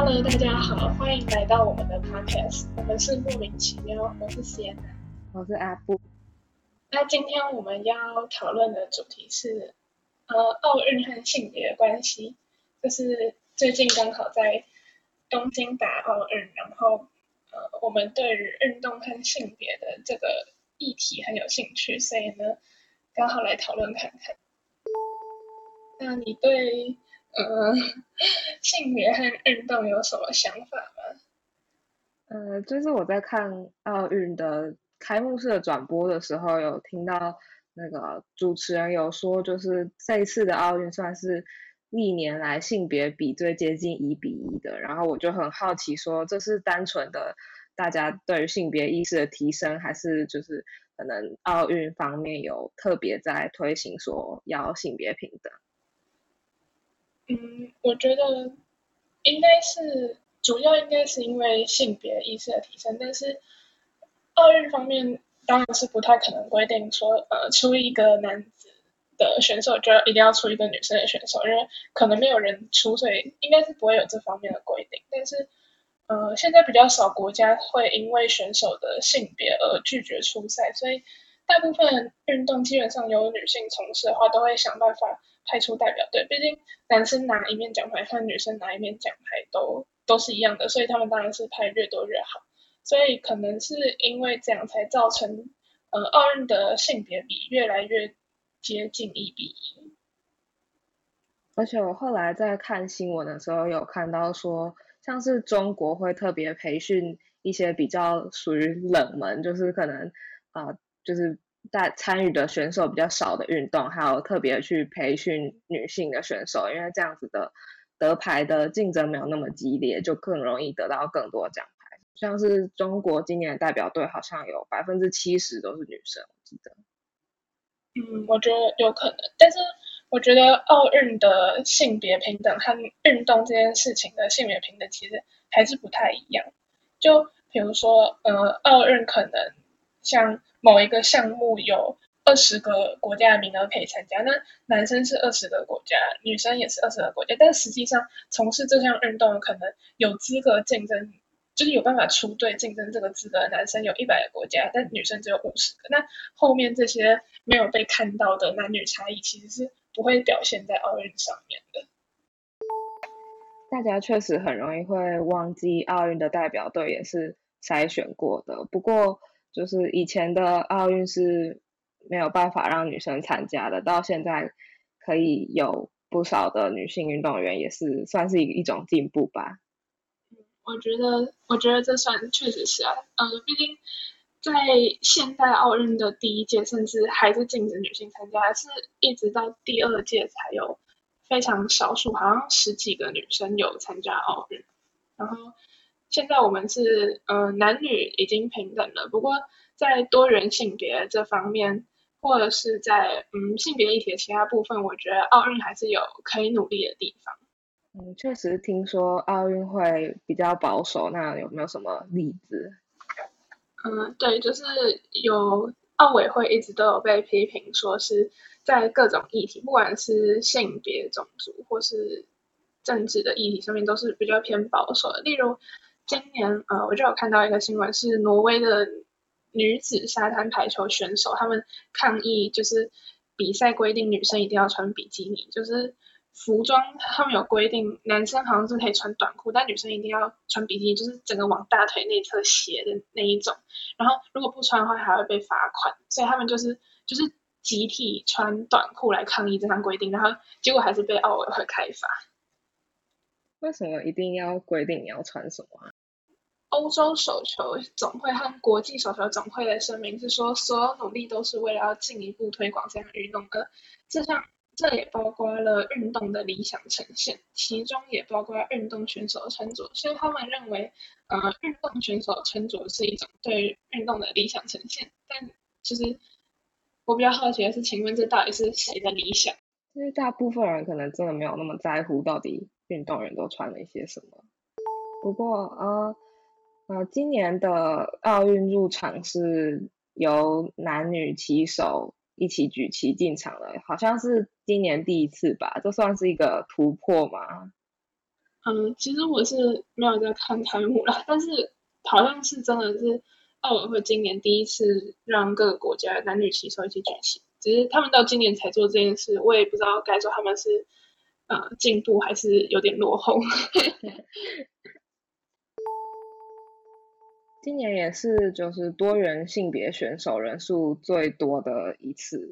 Hello，大家好，欢迎来到我们的 podcast。我们是莫名其妙，我是 Sienna。 我是阿布。 那今天我们要讨论的主题是，奥运和性别的关系。就是最近刚好在东京打奥运，然后我们对于运动和性别的这个议题很有兴趣，所以呢，刚好来讨论看看。那你对性别和运动有什么想法吗？ 就是我在看奥运的开幕式的转播的时候，有听到那个主持人有说，就是这一次的奥运算是历年来性别比最接近1:1的。然后我就很好奇说，这是单纯的大家对于性别意识的提升，还是就是可能奥运方面有特别在推行说要性别平等？ 我觉得主要应该是因为性别意识的提升，但是奥运方面当然是不太可能规定说，出一个男子的选手就一定要出一个女生的选手，因为可能没有人出，所以应该是不会有这方面的规定。但是，现在比较少国家会因为选手的性别而拒绝出赛，所以大部分运动基本上有女性从事的话，都会想办法派出代表队。毕竟男生拿一面奖牌和女生拿一面奖牌都是一样的，所以他们当然是派越多越好。所以可能是因为这样才造成，奥运的性别比越来越接近1:1。 而且我后来在看新闻的时候，有看到说，像是中国会特别培训一些比较属于冷门，就是可能就是在参与的选手比较少的运动，还有特别去培训女性的选手，因为这样子的得牌的竞争没有那么激烈，就更容易得到更多奖牌。像是中国今年的代表队好像有70%都是女生，我记得。 我觉得有可能，但是我觉得奥运的性别平等和运动这件事情的性别平等其实还是不太一样。就比如说，奥运可能像某一个项目有20个国家的名额可以参加，那男生是20个国家，女生也是20个国家，但实际上从事这项运动可能有资格竞争，就是有办法出队竞争这个资格的男生有100个国家，但女生只有50个。那后面这些没有被看到的男女差异，其实是不会表现在奥运上面的。 大家确实很容易会忘记奥运的代表队也是筛选过的，不过就是以前的奥运是没有办法让女生参加的，到现在可以有不少的女性运动员，也是算是一种进步吧。 我觉得这确实是啊，毕竟在现代奥运的第一届，甚至还是禁止女性参加，是一直到第二届才有非常少数，好像十几个女生有参加奥运。然后现在我们是男女已经平等了，不过在多元性别这方面，或者是在性别议题的其他部分，我觉得奥运还是有可以努力的地方。 确实听说奥运会比较保守，那有没有什么例子？ 对，就是有奥委会一直都有被批评，说是在各种议题，不管是性别、种族或是政治的议题上面，都是比较偏保守的。例如今年，我就有看到一个新闻，是挪威的女子沙滩排球选手，他们抗议就是比赛规定女生一定要穿比基尼，就是服装他们有规定，男生好像是可以穿短裤，但女生一定要穿比基尼，就是整个往大腿内侧斜的那一种。然后如果不穿的话还会被罚款，所以他们就是集体穿短裤来抗议这项规定，然后结果还是被奥委会开罚。 为什么一定要规定你要穿什么啊？ 欧洲手球总会和国际手球总会的声明是说，所有努力都是为了要进一步推广这项运动的。这项这也包括了运动的理想呈现，其中也包括运动选手的穿着。所以他们认为，运动选手穿着是一种对运动的理想呈现。但其实我比较好奇的是，请问这到底是谁的理想？ 因为大部分人可能真的没有那么在乎到底运动员都穿了一些什么。不过今年的奥运入场是由男女旗手一起举旗进场的，好像是今年第一次吧，这算是一个突破吗？ 其实我是没有在看开幕啦，但是好像是真的是奥委会今年第一次让各个国家男女棋手一起举行，只是他们到今年才做这件事，我也不知道该说他们是进步还是有点落后。 今年也是就是多元性别选手人数最多的一次。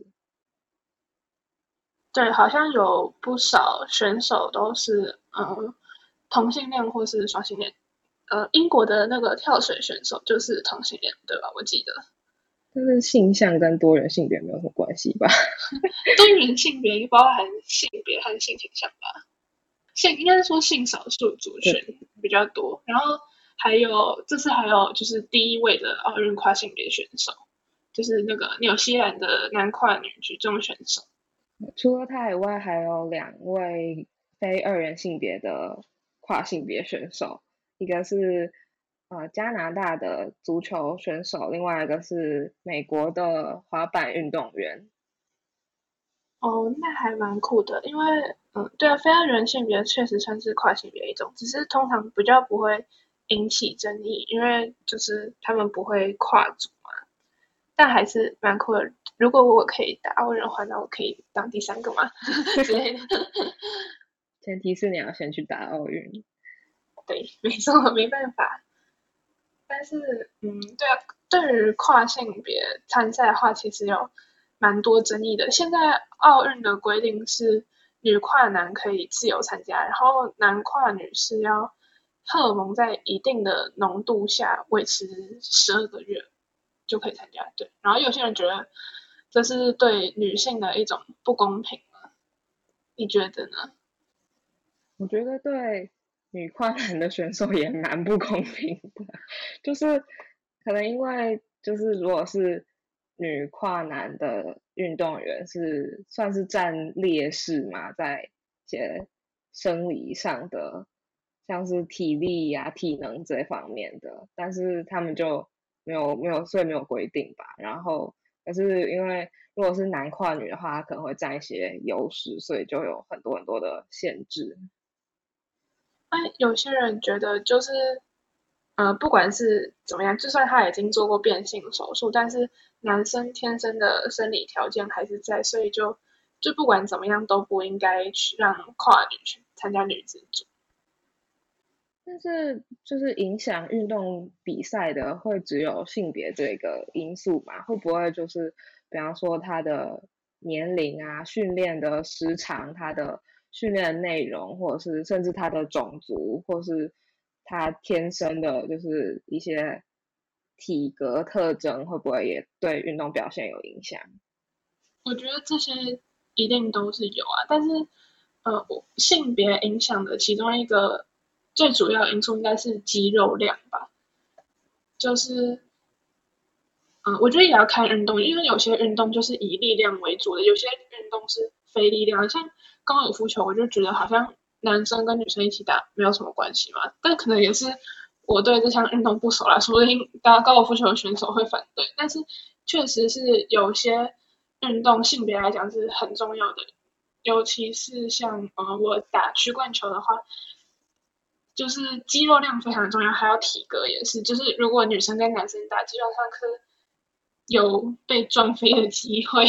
对，好像有不少选手都是同性恋或是双性恋。英国的那个跳水选手就是同性恋，对吧？我记得但是性向跟多元性别没有什么关系吧？ 多元性别包含性别和性倾向吧，应该是说性少数族对， 群比较多。然后这次还有就是第一位的奥运跨性别选手，就是那个纽西兰的男跨女举重选手。 除了他以外，还有2位非二元性别的跨性别选手，一个是加拿大的足球选手，另外一个是美国的滑板运动员。 哦，那还蛮酷的，因为对啊，非二元性别确实算是跨性别一种，只是通常比较不会引起争议，因为就是他们不会跨组嘛，但还是蛮酷的。如果我可以打奥运的话，那我可以当第三个嘛之类的。 前提是你要先去打奥运。 对，没错，没办法。但是，对啊，对于跨性别参赛的话，其实有蛮多争议的。现在奥运的规定是女跨男可以自由参加，然后男跨女是要荷尔蒙在一定的浓度下维持12个月就可以参加。对，然后有些人觉得这是对女性的一种不公平，你觉得呢？ 我觉得对女跨男的选手也蛮不公平的，就是可能因为就是如果是女跨男的运动员是算是占劣势嘛，在一些生理上的，像是体力呀、体能这方面的，但是他们就没有，所以没有规定吧。然后可是因为如果是男跨女的话，可能会占一些优势，所以就有很多很多的限制。 那有些人觉得就是，不管是怎么样，就算他已经做过变性手术，但是男生天生的生理条件还是在，所以就不管怎么样都不应该去让跨女去参加女子组。 但是就是影响运动比赛的会只有性别这个因素嘛？会不会就是比方说他的年龄啊、训练的时长、他的训练的内容，或者是甚至他的种族，或是他天生的就是一些体格特征，会不会也对运动表现有影响？ 我觉得这些一定都是有啊，但是性别影响的其中一个最主要因素应该是肌肉量吧，就是我觉得也要看运动，因为有些运动就是以力量为主的，有些运动是非力量的，像高尔夫球，我就觉得好像男生跟女生一起打没有什么关系嘛，但可能也是我对这项运动不熟啦，说不定打高尔夫球的选手会反对，但是确实是有些运动性别来讲是很重要的，尤其是像我打曲棍球的话，就是肌肉量非常重要，还有体格也是。就是如果女生跟男生打，基本上是有被撞飞的机会。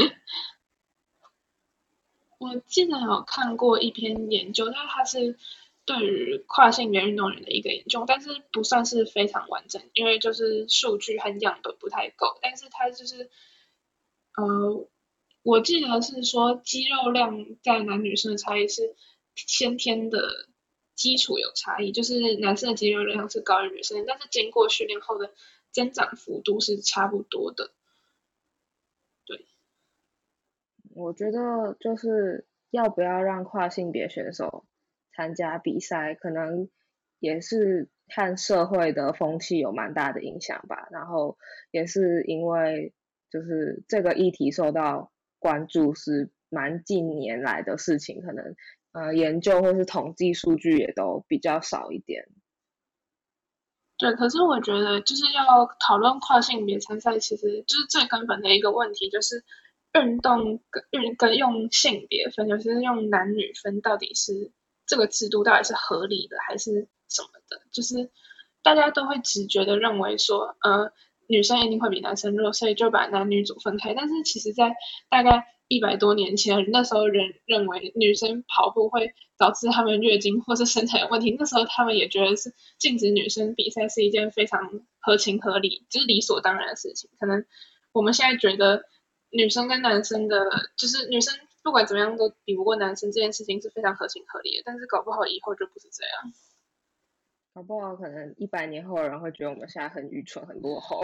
我记得有看过一篇研究，但它是对于跨性别运动员的一个研究，但是不算是非常完整，因为就是数据和样本不太够。但是它就是我记得是说肌肉量在男女生的差异是先天的基础有差异，就是男生的肌肉量是高于女生的，但是经过训练后的增长幅度是差不多的。对， 我觉得就是要不要让跨性别选手参加比赛，可能也是看社会的风气有蛮大的影响吧。然后也是因为就是这个议题受到关注是蛮近年来的事情，可能研究或是统计数据也都比较少一点。 对，可是我觉得就是要讨论跨性别参赛，其实就是最根本的一个问题，就是运动跟用性别分，就是用男女分到底是这个制度到底是合理的还是什么的，就是大家都会直觉的认为说，女生一定会比男生弱，所以就把男女组分开。但是其实，在大概100多年前，那时候人认为女生跑步会导致她们月经或是生产有问题，那时候他们也觉得是禁止女生比赛是一件非常合情合理，就是理所当然的事情。可能我们现在觉得女生跟男生的，就是女生不管怎么样都比不过男生这件事情是非常合情合理的，但是搞不好以后就不是这样。 搞不好可能100年后的人会觉得我们现在很愚蠢、很落后。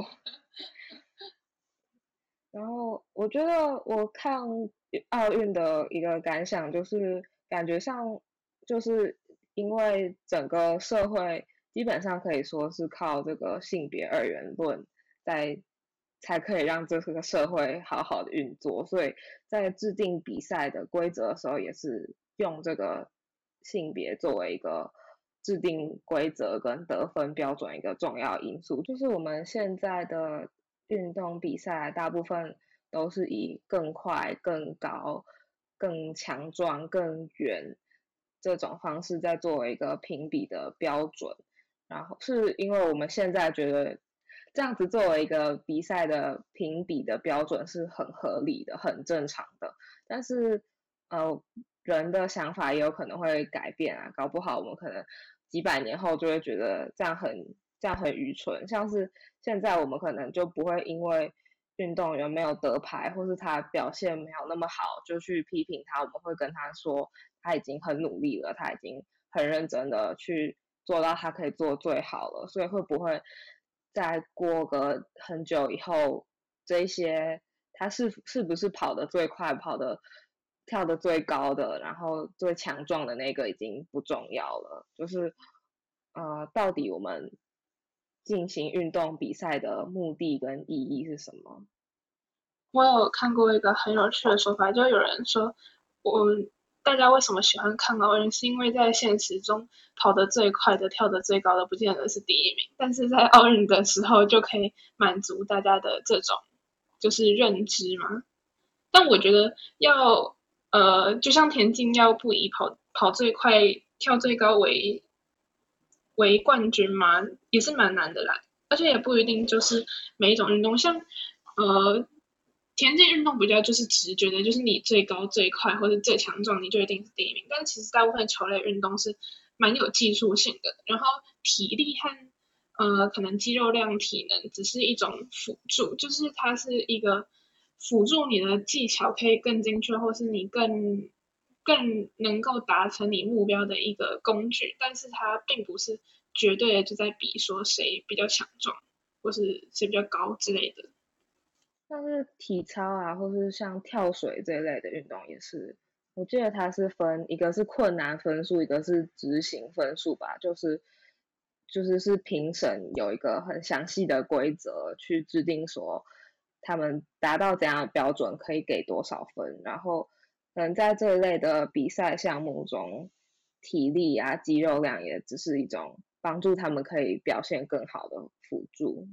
然后我觉得我看奥运的一个感想就是，感觉上就是因为整个社会基本上可以说是靠这个性别二元论在才可以让这个社会好好的运作，所以在制定比赛的规则的时候，也是用这个性别作为一个制定规则跟得分标准一个重要因素。就是我们现在的运动比赛大部分都是以更快、更高、更强壮、更远这种方式在作为一个评比的标准。然后是因为我们现在觉得这样子作为一个比赛的评比的标准是很合理的、很正常的。但是人的想法也有可能会改变啊，搞不好我们可能几百年后就会觉得这样很愚蠢。像是现在我们可能就不会因为运动员没有得牌，或是他表现没有那么好，就去批评他。我们会跟他说，他已经很努力了，他已经很认真的去做到他可以做最好了。所以会不会再过个很久以后，这些他是不是跑得最快、跳得最高的，然后最强壮的那个已经不重要了。就是到底我们进行运动比赛的目的跟意义是什么？ 我有看过一个很有趣的说法，就有人说，我大家为什么喜欢看奥运，是因为在现实中跑得最快的、跳得最高的，不见得是第一名，但是在奥运的时候就可以满足大家的这种就是认知嘛。但我觉得就像田径要不以跑最快、跳最高为冠军嘛，也是蛮难的啦。而且也不一定就是每一种运动，像田径运动比较就是直觉的，就是你最高最快或者最强壮，你就一定是第一名。但其实大部分球类运动是蛮有技术性的，然后体力和可能肌肉量、体能只是一种辅助，就是它是一个辅助你的技巧可以更精确，或是你更能够达成你目标的一个工具，但是它并不是绝对的就在比说谁比较强壮，或是谁比较高之类的。 像是体操啊，或是像跳水这一类的运动也是，我记得它是分一个是困难分数，一个是执行分数吧，就是评审有一个很详细的规则去制定说他们达到怎样的标准可以给多少分，然后可能在这一类的比赛项目中，体力啊、肌肉量也只是一种帮助他们可以表现更好的辅助。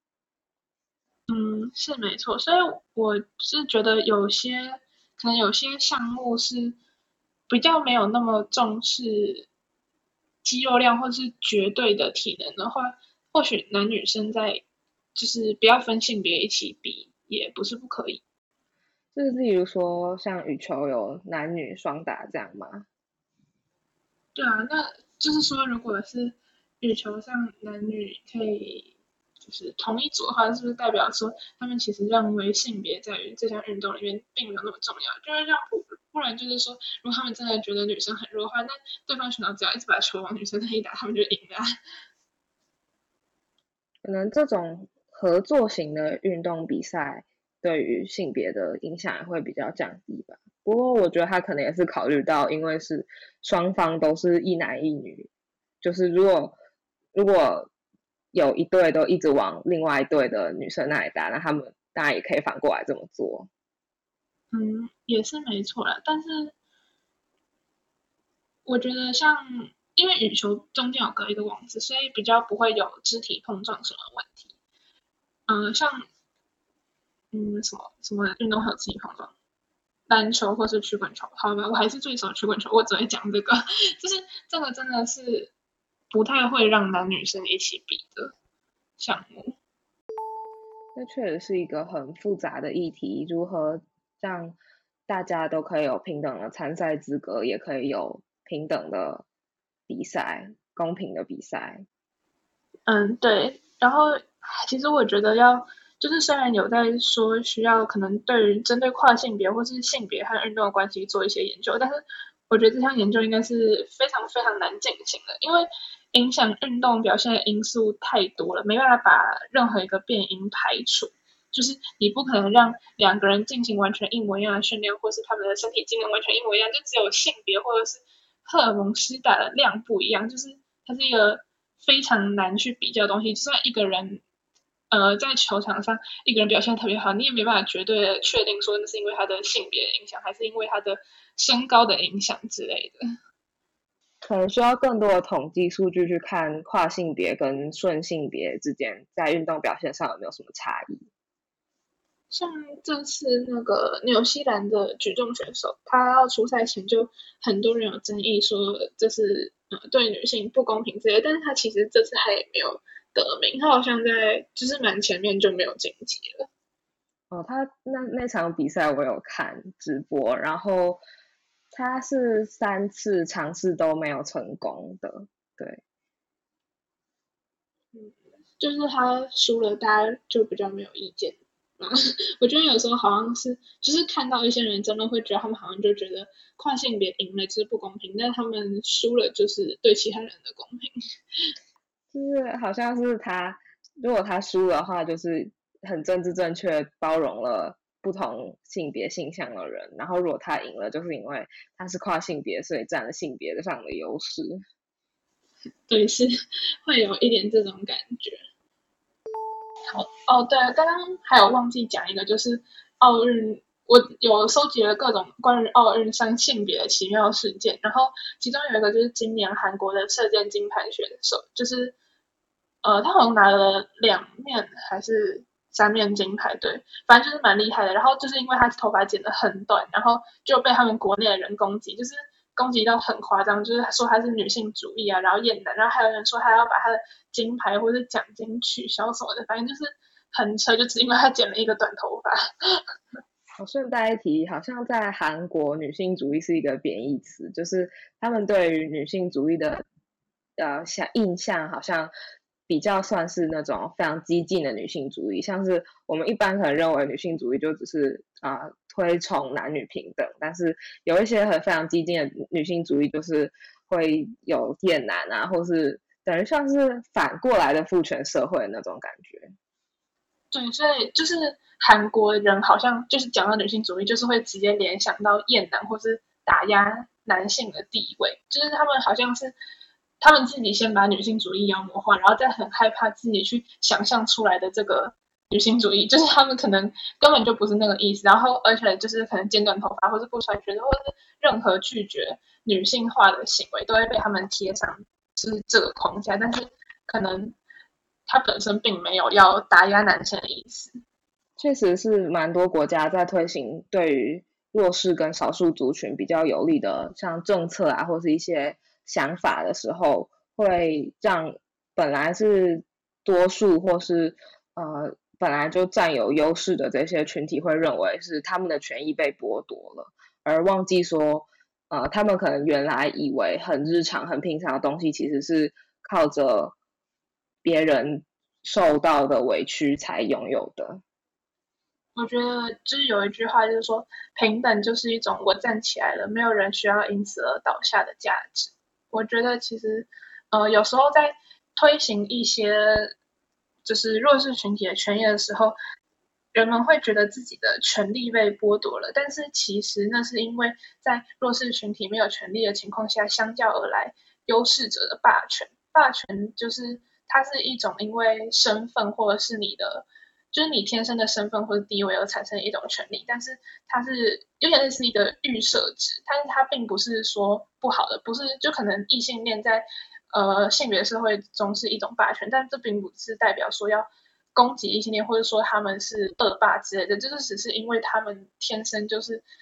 嗯，是没错，所以我是觉得可能有些项目是比较没有那么重视肌肉量或是绝对的体能的话，或许男女生在就是不要分性别一起比，也不是不可以。 就是例如说像羽球有男女双打这样吗？ 对啊，那就是说，如果是羽球上男女可以就是同一组的话，是不是代表说他们其实认为性别在于这项运动里面并没有那么重要？就是让不然就是说，如果他们真的觉得女生很弱的话，那对方选手只要一直把球往女生那里打，他们就赢了啊。 可能这种合作型的运动比赛对于性别的影响也会比较降低吧。不过我觉得他可能也是考虑到，因为是双方都是一男一女，就是如果有一队都一直往另外一队的女生那里打，那他们当然也可以反过来这么做。 嗯，也是没错啦，但是我觉得像因为羽球中间有隔一个网子，所以比较不会有肢体碰撞什么问题。像什么什么运动会有肢体碰撞？ 篮球或是曲棍球。好吧，我还是最熟曲棍球，我只会讲这个，就是这个真的是不太会让男女生一起比的项目。 这确实是一个很复杂的议题，如何让大家都可以有平等的参赛资格，也可以有平等的比赛，公平的比赛。 对。然后其实我觉得就是虽然有在说需要可能对于针对跨性别或是性别和运动的关系做一些研究，但是我觉得这项研究应该是非常非常难进行的，因为影响运动表现的因素太多了，没办法把任何一个变因排除。就是你不可能让两个人进行完全一模一样的训练，或是他们的身体机能完全一模一样，就只有性别或者是荷尔蒙施打的量不一样，就是它是一个非常难去比较的东西。就算一个人在球场上一个人表现特别好，你也没办法绝对的确定说那是因为他的性别的影响，还是因为他的身高的影响之类的。 可能需要更多的统计数据去看跨性别跟顺性别之间在运动表现上有没有什么差异。 像这次那个纽西兰的举重选手，他要出赛前就很多人有争议说这是对女性不公平之类，但是他其实这次他也没有得名，他好像在就是蛮前面就没有晋级了。 哦，他那场比赛我有看直播，然后他是3次尝试都没有成功的，对。 就是他输了，大家就比较没有意见。我觉得有时候好像是，就是看到一些人真的会觉得他们好像就觉得跨性别赢了就是不公平，但他们输了就是对其他人的公平。 就是好像是他，如果他输的话，就是很政治正确，包容了不同性别性向的人，然后如果他赢了，就是因为他是跨性别，所以占了性别上的优势。 对，是会有一点这种感觉。好，哦，对，刚刚还有忘记讲一个，就是奥运，我有收集了各种关于奥运上性别的奇妙事件，然后其中有一个就是今年韩国的射箭金牌选手，就是他好像拿了2面还是3面金牌，对，反正就是蛮厉害的。然后就是因为他头发剪得很短，然后就被他们国内的人攻击，就是攻击到很夸张，就是说他是女性主义啊，然后厌男，然后还有人说他要把他的金牌或者奖金取消什么的，反正就是很扯，就只因为他剪了一个短头发。 我顺带一提，好像在韩国，女性主义是一个贬义词，就是他们对于女性主义的印象，好像比较算是那种非常激进的女性主义，像是我们一般可能认为女性主义就只是推崇男女平等，但是有一些非常激进的女性主义，就是会有厌男啊，或是等于像是反过来的父权社会的那种感觉。 对，所以就是韩国人好像就是讲到女性主义，就是会直接联想到厌男或是打压男性的地位，就是他们好像是他们自己先把女性主义妖魔化，然后再很害怕自己去想象出来的这个女性主义，就是他们可能根本就不是那个意思，然后而且就是可能剪短头发或是不穿裙子，或者是任何拒绝女性化的行为，都会被他们贴上就是这个框架，但是可能他本身并没有要打压男性的意思。 确实是蛮多国家在推行对于弱势跟少数族群比较有利的，像政策啊，或是一些想法的时候，会让本来是多数或是本来就占有优势的这些群体会认为是他们的权益被剥夺了，而忘记说，他们可能原来以为很日常、很平常的东西，其实是靠着别人受到的委屈才拥有的。 我觉得就是有一句话，就是说平等就是一种我站起来了，没有人需要因此而倒下的价值。我觉得其实，有时候在推行一些就是弱势群体的权益的时候，人们会觉得自己的权利被剥夺了，但是其实那是因为在弱势群体没有权利的情况下，相较而来优势者的霸权。霸权就是它是一种因为身份或者是你的就是你天生的身份或者地位而产生的一种权利，但是它是有点类似一个预设值，但是它并不是说不好的，不是就可能异性恋在性别社会中是一种霸权，但这并不是代表说要攻击异性恋或者说他们是恶霸之类的，就是只是因为他们天生就是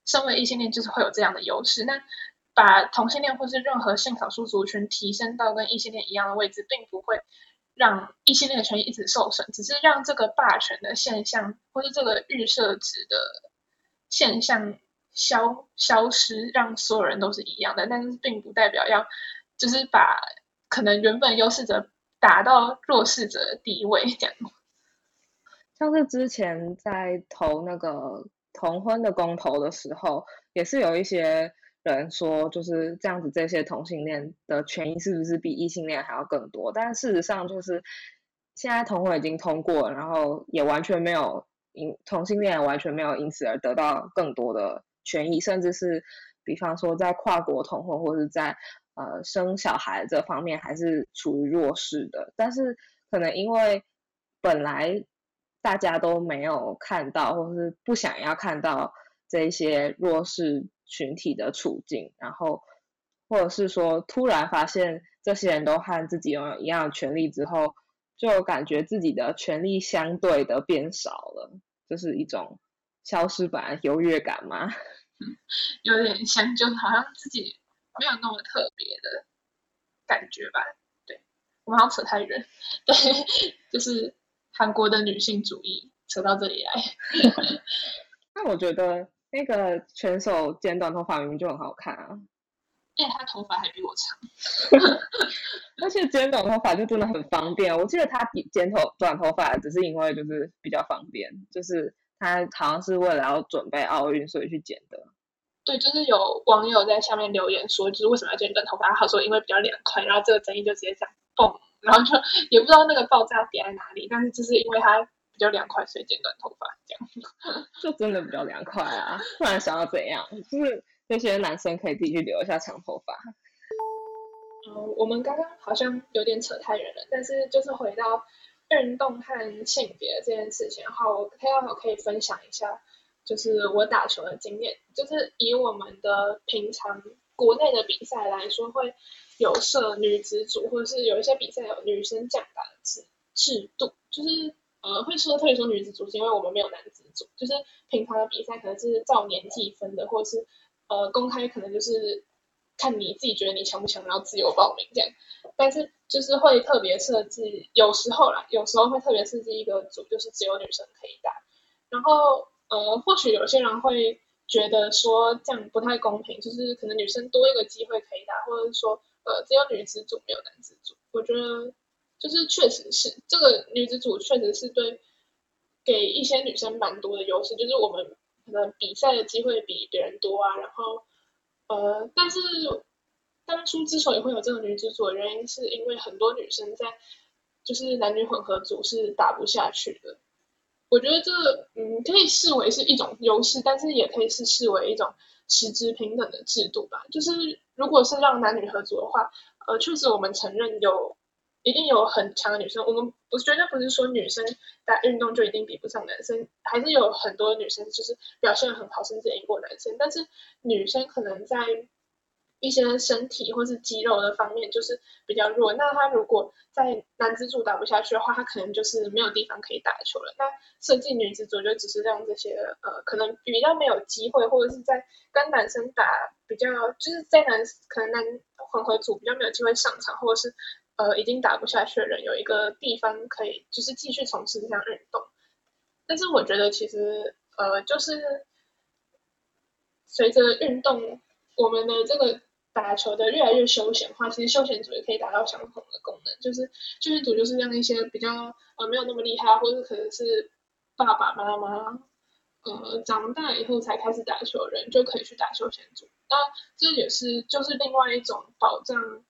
身为异性恋就是会有这样的优势。那把同性恋或是任何性少数族群提升到跟异性恋一样的位置，并不会让异性恋的权益一直受损，只是让这个霸权的现象或是这个预设值的现象消失，让所有人都是一样的，但是并不代表要就是把可能原本优势者打到弱势者的地位这样。 像是之前在投那个同婚的公投的时候，也是有一些人说，就是这样子，这些同性恋的权益是不是比异性恋还要更多？但事实上就是现在同婚已经通过了，然后也完全没有同性恋完全没有因此而得到更多的权益，甚至是比方说在跨国同婚或是在生小孩这方面还是处于弱势的。但是可能因为本来大家都没有看到，或是不想要看到这些弱势群体的处境，然后或者是说突然发现这些人都和自己拥有一样的权利之后，就感觉自己的权利相对的变少了，就是一种消失版的优越感嘛。 有点像，就好像自己没有那么特别的感觉吧。对，我们好像扯太远。对，就是韩国的女性主义扯到这里来。 那我觉得那个选手剪短头发明明就很好看啊。 他头发还比我长。 而且剪短头发就真的很方便。我记得他剪短头发只是因为就是比较方便，就是他好像是为了要准备奥运所以去剪的。 对，就是有网友在下面留言说，就是为什么要剪短头发？他说因为比较凉快，然后这个争议就直接这样蹦，然后就也不知道那个爆炸点在哪里，但是就是因为他比较凉快，所以剪短头发这样。 就真的比较凉快啊！不然想要怎样？就是那些男生可以自己去留一下长头发。 我们刚刚好像有点扯太远了，但是就是回到运动和性别这件事情的话，我可以分享一下，就是我打球的经验，就是以我们的平常国内的比赛来说，会有设女子组，或者是有一些比赛有女生降打的制度，就是会特别说女子组，是因为我们没有男子组，就是平常的比赛可能是照年纪分的，或者是公开可能就是看你自己觉得你强不强，然后自由报名这样。但是就是会特别设置，有时候会特别设置一个组，就是只有女生可以打。然后或许有些人会觉得说这样不太公平，就是可能女生多一个机会可以打，或者是说只有女子组没有男子组。我觉得就是确实是这个女子组确实是给一些女生蛮多的优势，就是我们可能比赛的机会比别人多啊，然后但是当初之所以会有这个女子组的原因，是因为很多女生在就是男女混合组是打不下去的。我觉得这可以视为是一种优势，但是也可以视为一种实质平等的制度吧。就是如果是让男女合组的话，确实我们承认一定有很强的女生，我们绝对不是说女生打运动就一定比不上男生，还是有很多女生就是表现很好，甚至赢过男生。但是女生可能在一些身体或是肌肉的方面就是比较弱，那她如果在男子组打不下去的话，她可能就是没有地方可以打球了。那设计女子组就只是让这些可能比较没有机会，或者是在跟男生打比较，就是在可能男混合组比较没有机会上场，或者是已经打不下去的人有一个地方可以就是继续从事这项运动。但是我觉得其实就是随着运动，我们的这个打球的越来越休闲化，其实休闲组也可以达到相同的功能，就是休闲组就是让一些比较没有那么厉害，或者可能是爸爸妈妈长大以后才开始打球的人就可以去打休闲组。那这也是就是另外一种保障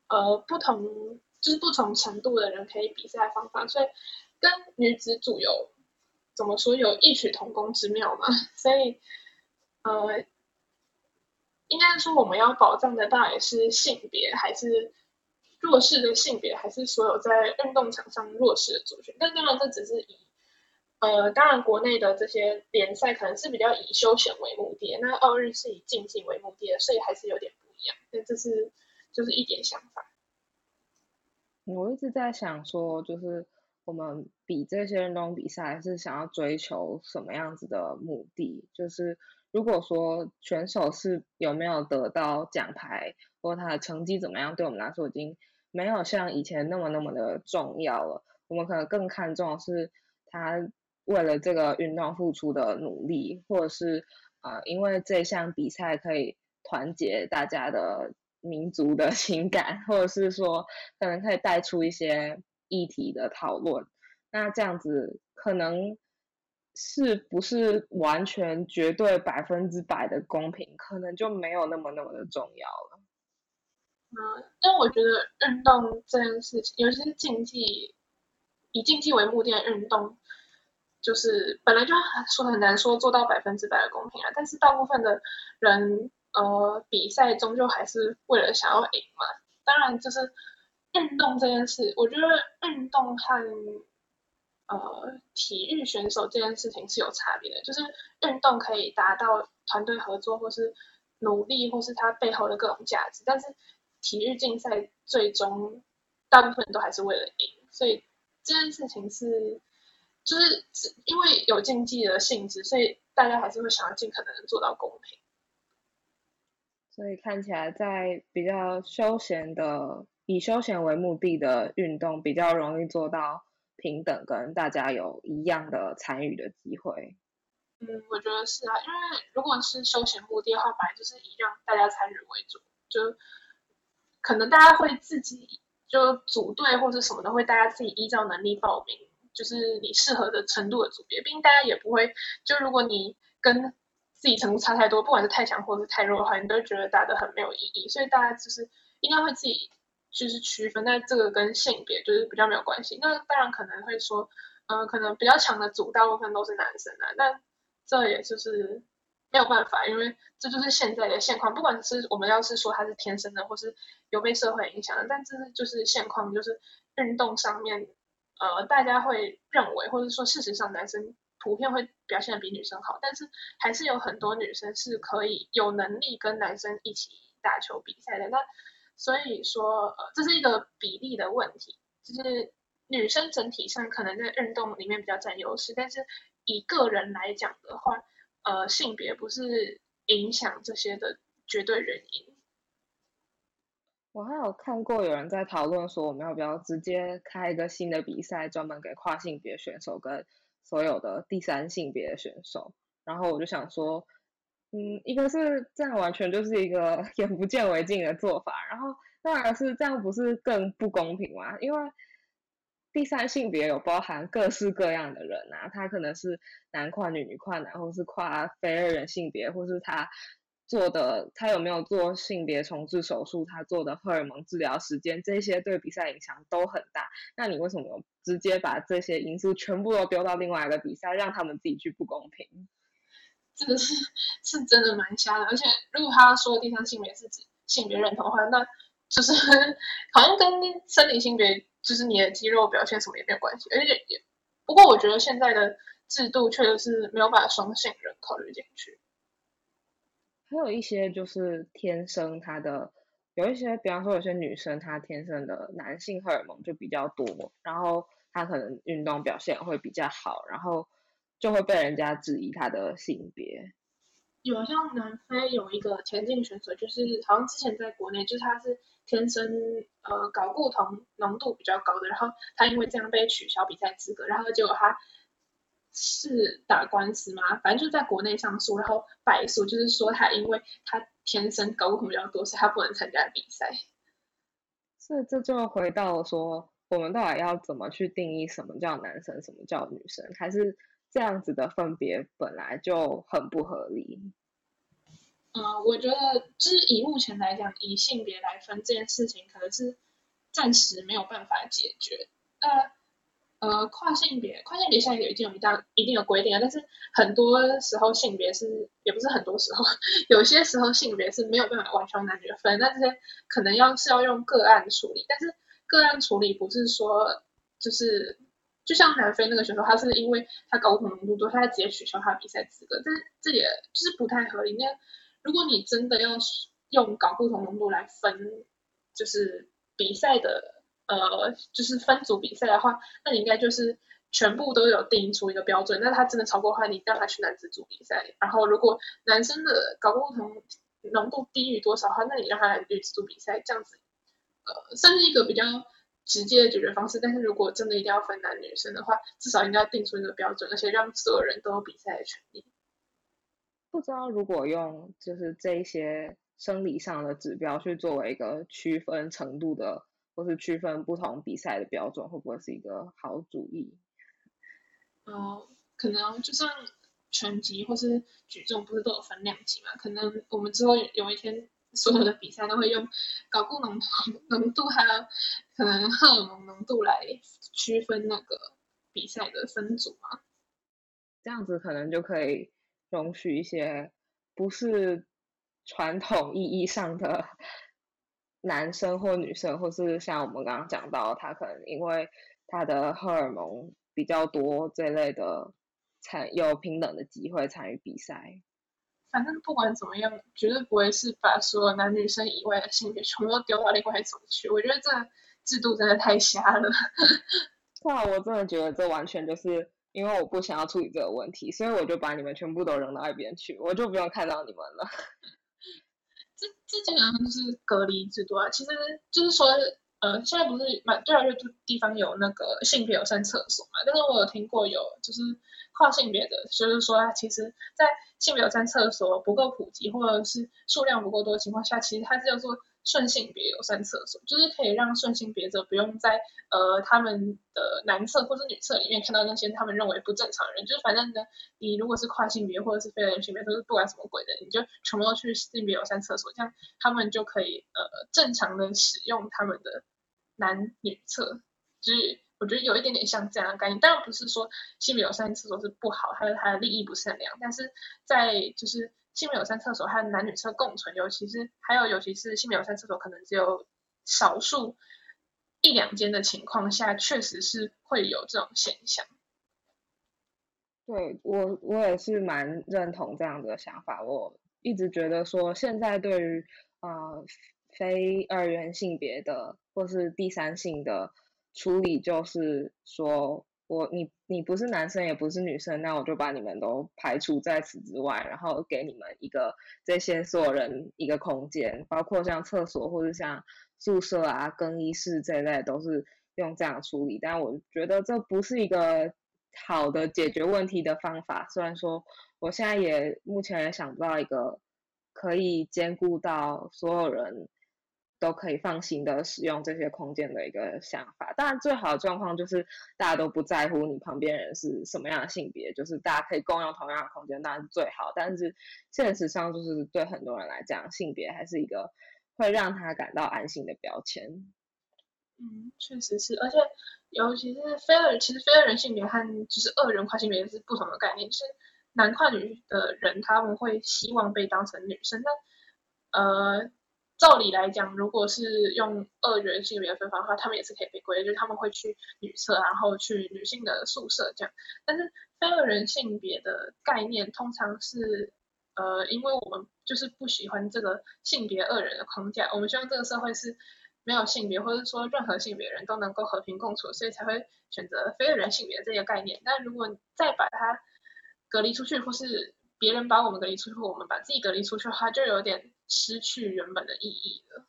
不同程度的人可以比赛的方法，所以跟女子组怎么说有异曲同工之妙嘛？所以呃，应该说我们要保障的到底是性别，还是弱势的性别，还是所有在运动场上弱势的族群？但当然，这只是当然国内的这些联赛可能是比较以休闲为目的，那奥运是以竞技为目的的，所以还是有点不一样。那这就是一点想法。 我一直在想说，就是我们比这些运动比赛是想要追求什么样子的目的？就是如果说选手是有没有得到奖牌，或他的成绩怎么样，对我们来说已经没有像以前那么的重要了。我们可能更看重的是他为了这个运动付出的努力，或者是因为这项比赛可以团结大家的民族的情感，或者是说可能可以带出一些议题的讨论。那这样子可能是不是完全绝对100%的公平，可能就没有那么的重要了。 但我觉得运动这件事情，尤其是以竞技为目的的运动，就是本来就很难说做到100%的公平啊。但是大部分的人，比赛终究还是为了想要赢嘛。当然，就是运动这件事，我觉得运动和体育选手这件事情是有差别的。就是运动可以达到团队合作，或是努力，或是它背后的各种价值，但是体育竞赛最终大部分人都还是为了赢，所以这件事情是就是因为有竞技的性质，所以大家还是会想要尽可能做到公平。 所以看起来在比较休闲的，以休闲为目的的运动，比较容易做到平等，跟大家有一样的参与的机会。 我觉得是啊，因为如果是休闲目的的话，本来就是以让大家参与为主，就可能大家会自己就组队或者什么的，会大家自己依照能力报名，就是你适合的程度的组别。毕竟大家也不会，就如果你跟自己程度差太多，不管是太强或者是太弱的话，你都会觉得打得很没有意义。所以大家就是应该会自己就是区分，那这个跟性别就是比较没有关系。那当然可能会说，可能比较强的组大部分都是男生啊，但这也就是没有办法，因为这就是现在的现况。不管是我们要是说他是天生的，或是有被社会影响的，但这是就是现况，就是运动上面，大家会认为，或者说事实上男生普遍会表现的比女生好，但是还是有很多女生是可以有能力跟男生一起打球比赛的。那所以说，这是一个比例的问题，就是女生整体上可能在运动里面比较占优势，但是以个人来讲的话，性别不是影响这些的绝对原因。 我还有看过有人在讨论说，我们要不要直接开一个新的比赛，专门给跨性别选手跟所有的第三性别的选手。然后我就想说，一个是这样完全就是一个眼不见为净的做法，然后第二个是这样不是更不公平吗？因为第三性别有包含各式各样的人啊，他可能是男跨女、女跨男，或是跨非二元性别，或是他有没有做性别重置手术，他做的荷尔蒙治疗时间，这些对比赛影响都很大。那你为什么直接把这些因素全部都丢到另外一个比赛，让他们自己去不公平？ 这个是真的蛮瞎的。而且如果他说的第三性别是指性别认同的话，那就是好像跟生理性别就是你的肌肉表现什么也没有关系。而且不过我觉得现在的制度确实是没有把双性人考虑进去。 还有一些就是天生有一些，比方说有些女生她天生的男性荷尔蒙就比较多，然后她可能运动表现会比较好，然后就会被人家质疑她的性别。 有像南非有一个田径选手，就是好像之前在国内，就是他是天生睾固酮浓度比较高的，然后他因为这样被取消比赛资格，然后结果他是打官司嘛，反正就在国内上诉，然后败诉，就是说他因为他天生睾固酮比较多，所以他不能参加比赛。 所以这就回到说，我们到底要怎么去定义什么叫男生，什么叫女生，还是这样子的分别本来就很不合理？ 我觉得就是以目前来讲，以性别来分这件事情，可能是暂时没有办法解决。那跨性别现在有一定的规定啊，但是很多时候性别是也不是很多时候，有些时候性别是没有办法完全男女分，那这些可能要用个案处理，但是个案处理不是说就是就像南非那个选手，他是因为他睾酮浓度多，他直接取消他的比赛资格，但是这也就是不太合理。那如果你真的要用睾固酮浓度来分，就是比赛的就是分组比赛的话，那你应该就是全部都有定出一个标准。那他真的超过的话，你让他去男子组比赛。然后如果男生的睾固酮浓度低于多少的话，那你让他来女子组比赛，这样子算是一个比较直接的解决方式。但是如果真的一定要分男女生的话，至少应该定出一个标准，而且让所有人都有比赛的权利。 不知道如果用就是这一些生理上的指标去作为一个区分程度的，或是区分不同比赛的标准，会不会是一个好主意？ 可能就像拳击或是举重，不是都有分量级嘛？可能我们之后有一天，所有的比赛都会用睾固浓度还有可能荷尔蒙浓度来区分那个比赛的分组嘛。 这样子可能就可以容许一些不是传统意义上的男生或女生，或是像我们刚刚讲到，他可能因为他的荷尔蒙比较多这类的，才有平等的机会参与比赛。 反正不管怎么样，绝对不会是把所有男女生以外的性别全部都丢到另外一组去。我觉得这制度真的太瞎了。 哇，我真的觉得这完全就是因为我不想要处理这个问题，所以我就把你们全部都扔到一边去，我就不用看到你们了。 这基本上就是隔离制度啊。其实就是说，现在不是越来越多地方有那个性别友善厕所嘛，但是我有听过有就是跨性别的，就是说其实，在性别友善厕所不够普及或者是数量不够多的情况下，其实它是叫做顺性别友善厕所，就是可以让顺性别者不用在他们的男厕或者女厕里面看到那些他们认为不正常的人，就是反正呢，你如果是跨性别或者是非人性别，都是不管什么鬼的，你就全部都去性别友善厕所，这样他们就可以正常的使用他们的男女厕，就是我觉得有一点点像这样的概念。当然不是说性别友善厕所是不好，它的利益不善良，但是在就是性别友善厕所和男女厕共存，尤其是性别友善厕所可能只有少数一两间的情况下，确实是会有这种现象。 对，我也是蛮认同这样的想法。我一直觉得说，现在对于非二元性别的或是第三性的处理，就是说你不是男生也不是女生，那我就把你们都排除在此之外，然后给你们这些所有人一个空间，包括像厕所或者像宿舍啊、更衣室这一类，都是用这样处理。但我觉得这不是一个好的解决问题的方法。虽然说我现在目前也想不到一个可以兼顾到所有人都可以放心的使用这些空间的一个想法。当然，最好的状况就是大家都不在乎你旁边人是什么样的性别，就是大家可以共用同样的空间，当然是最好。但是现实上，就是对很多人来讲，性别还是一个会让他感到安心的标签。 确实是，而且尤其是其实非二人性别和就是二人跨性别是不同的概念。就是男跨女的人，他们会希望被当成女生，但照理来讲，如果是用二元性别分法的话，他们也是可以被归类，就是他们会去女厕，然后去女性的宿舍这样。但是非二人性别的概念通常是因为我们就是不喜欢这个性别二人的框架，我们希望这个社会是没有性别，或者说任何性别人都能够和平共处，所以才会选择非二人性别这个概念。但如果再把它隔离出去，或是别人把我们隔离出去，或我们把自己隔离出去的话，就有点失去原本的意义了。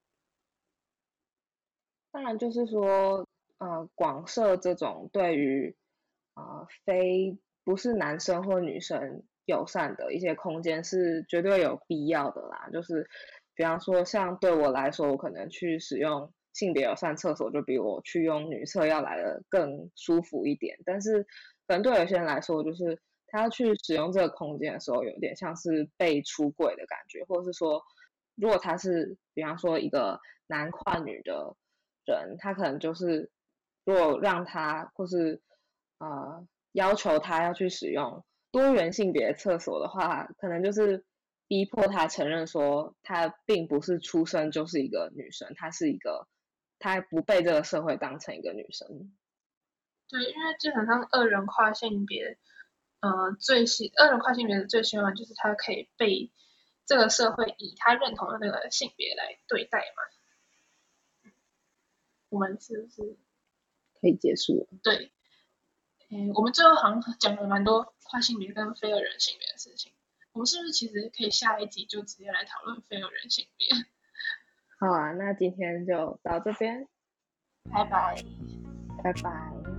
当然，就是说，广设这种对于非不是男生或女生友善的一些空间是绝对有必要的啦。就是比方说，像对我来说，我可能去使用性别友善厕所，就比我去用女厕要来的更舒服一点。但是，可能对有些人来说，就是他去使用这个空间的时候，有点像是被出轨的感觉，或者是说，如果他是比方说一个男跨女的人，他可能就是如果让他或是要求他要去使用多元性别厕所的话，可能就是逼迫他承认说他并不是出生就是一个女生，他不被这个社会当成一个女生。 对，因为基本上二人跨性别，二人跨性别的最希望就是他可以被这个社会以他认同的那个性别来对待嘛。 我们是不是可以结束了。 对？我们最后好像讲了蛮多跨性别跟非二元性别的事情。我们是不是其实可以下一集就直接来讨论非二元性别？ 好啊，那今天就到这边， 拜拜。 拜拜。